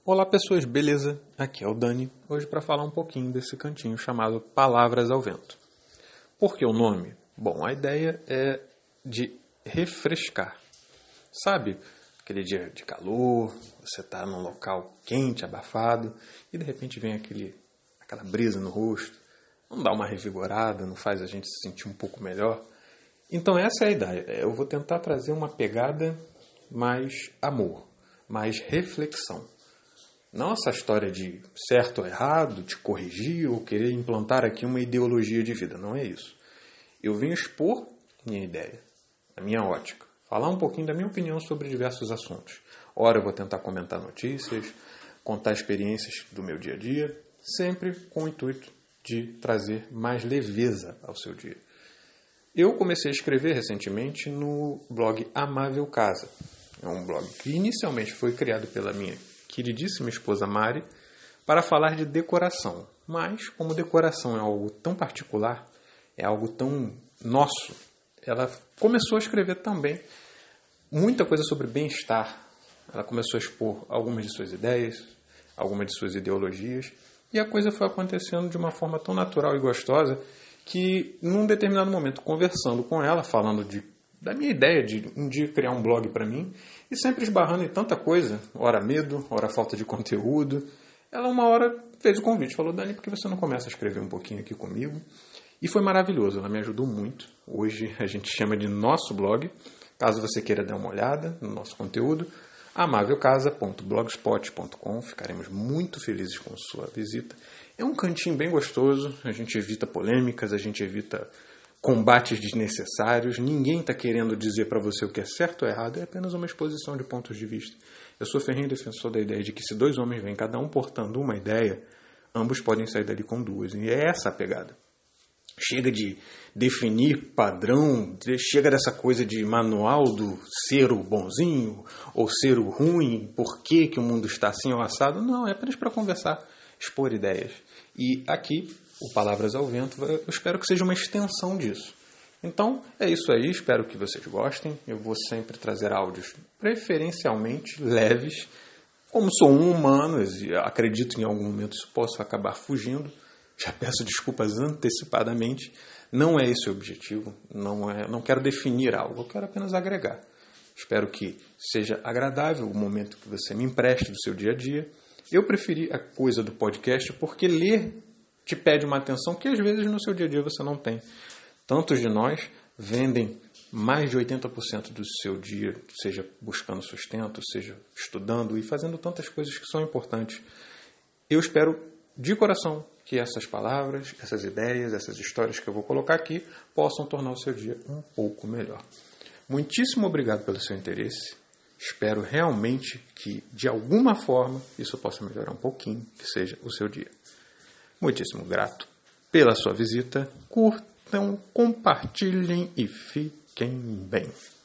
Olá pessoas, beleza? Aqui é o Dani, hoje para falar um pouquinho desse cantinho chamado Palavras ao Vento. Por que o nome? Bom, a ideia é de refrescar. Sabe, aquele dia de calor, você está num local quente, abafado, e de repente vem aquela brisa no rosto, não dá uma revigorada, não faz a gente se sentir um pouco melhor. Então essa é a ideia, eu vou tentar trazer uma pegada mais amor, mais reflexão. Não essa história de certo ou errado, de corrigir ou querer implantar aqui uma ideologia de vida. Não é isso. Eu vim expor minha ideia, a minha ótica. Falar um pouquinho da minha opinião sobre diversos assuntos. Ora, eu vou tentar comentar notícias, contar experiências do meu dia a dia, sempre com o intuito de trazer mais leveza ao seu dia. Eu comecei a escrever recentemente no blog Amável Casa. É um blog que inicialmente foi criado pela minha queridíssima esposa Mari, para falar de decoração. Mas, como decoração é algo tão particular, é algo tão nosso, ela começou a escrever também muita coisa sobre bem-estar. Ela começou a expor algumas de suas ideias, algumas de suas ideologias, e a coisa foi acontecendo de uma forma tão natural e gostosa que, num determinado momento, conversando com ela, falando da minha ideia de um dia criar um blog para mim, e sempre esbarrando em tanta coisa, ora medo, ora falta de conteúdo. Ela uma hora fez o convite, falou: Dani, por que você não começa a escrever um pouquinho aqui comigo? E foi maravilhoso, ela me ajudou muito. Hoje a gente chama de nosso blog, caso você queira dar uma olhada no nosso conteúdo, amávelcasa.blogspot.com, ficaremos muito felizes com sua visita. É um cantinho bem gostoso, a gente evita polêmicas, a gente evita combates desnecessários, ninguém está querendo dizer para você o que é certo ou errado, é apenas uma exposição de pontos de vista. Eu sou ferrenho defensor da ideia de que se dois homens vêm, cada um portando uma ideia, ambos podem sair dali com duas, e é essa a pegada. Chega de definir padrão, chega dessa coisa de manual do ser o bonzinho ou ser o ruim, por que o mundo está assim ou assado. Não, é apenas para conversar, expor ideias. E aqui, o Palavras ao Vento, eu espero que seja uma extensão disso. Então, é isso aí, espero que vocês gostem. Eu vou sempre trazer áudios preferencialmente leves. Como sou um humano, acredito que em algum momento isso possa acabar fugindo. Já peço desculpas antecipadamente. Não é esse o objetivo, não quero definir algo, eu quero apenas agregar. Espero que seja agradável o momento que você me empreste do seu dia a dia. Eu preferi a coisa do podcast porque ler te pede uma atenção que às vezes no seu dia a dia você não tem. Tantos de nós vendem mais de 80% do seu dia, seja buscando sustento, seja estudando e fazendo tantas coisas que são importantes. Eu espero de coração que essas palavras, essas ideias, essas histórias que eu vou colocar aqui possam tornar o seu dia um pouco melhor. Muitíssimo obrigado pelo seu interesse. Espero realmente que, de alguma forma, isso possa melhorar um pouquinho, que seja o seu dia. Muitíssimo grato pela sua visita. Curtam, compartilhem e fiquem bem.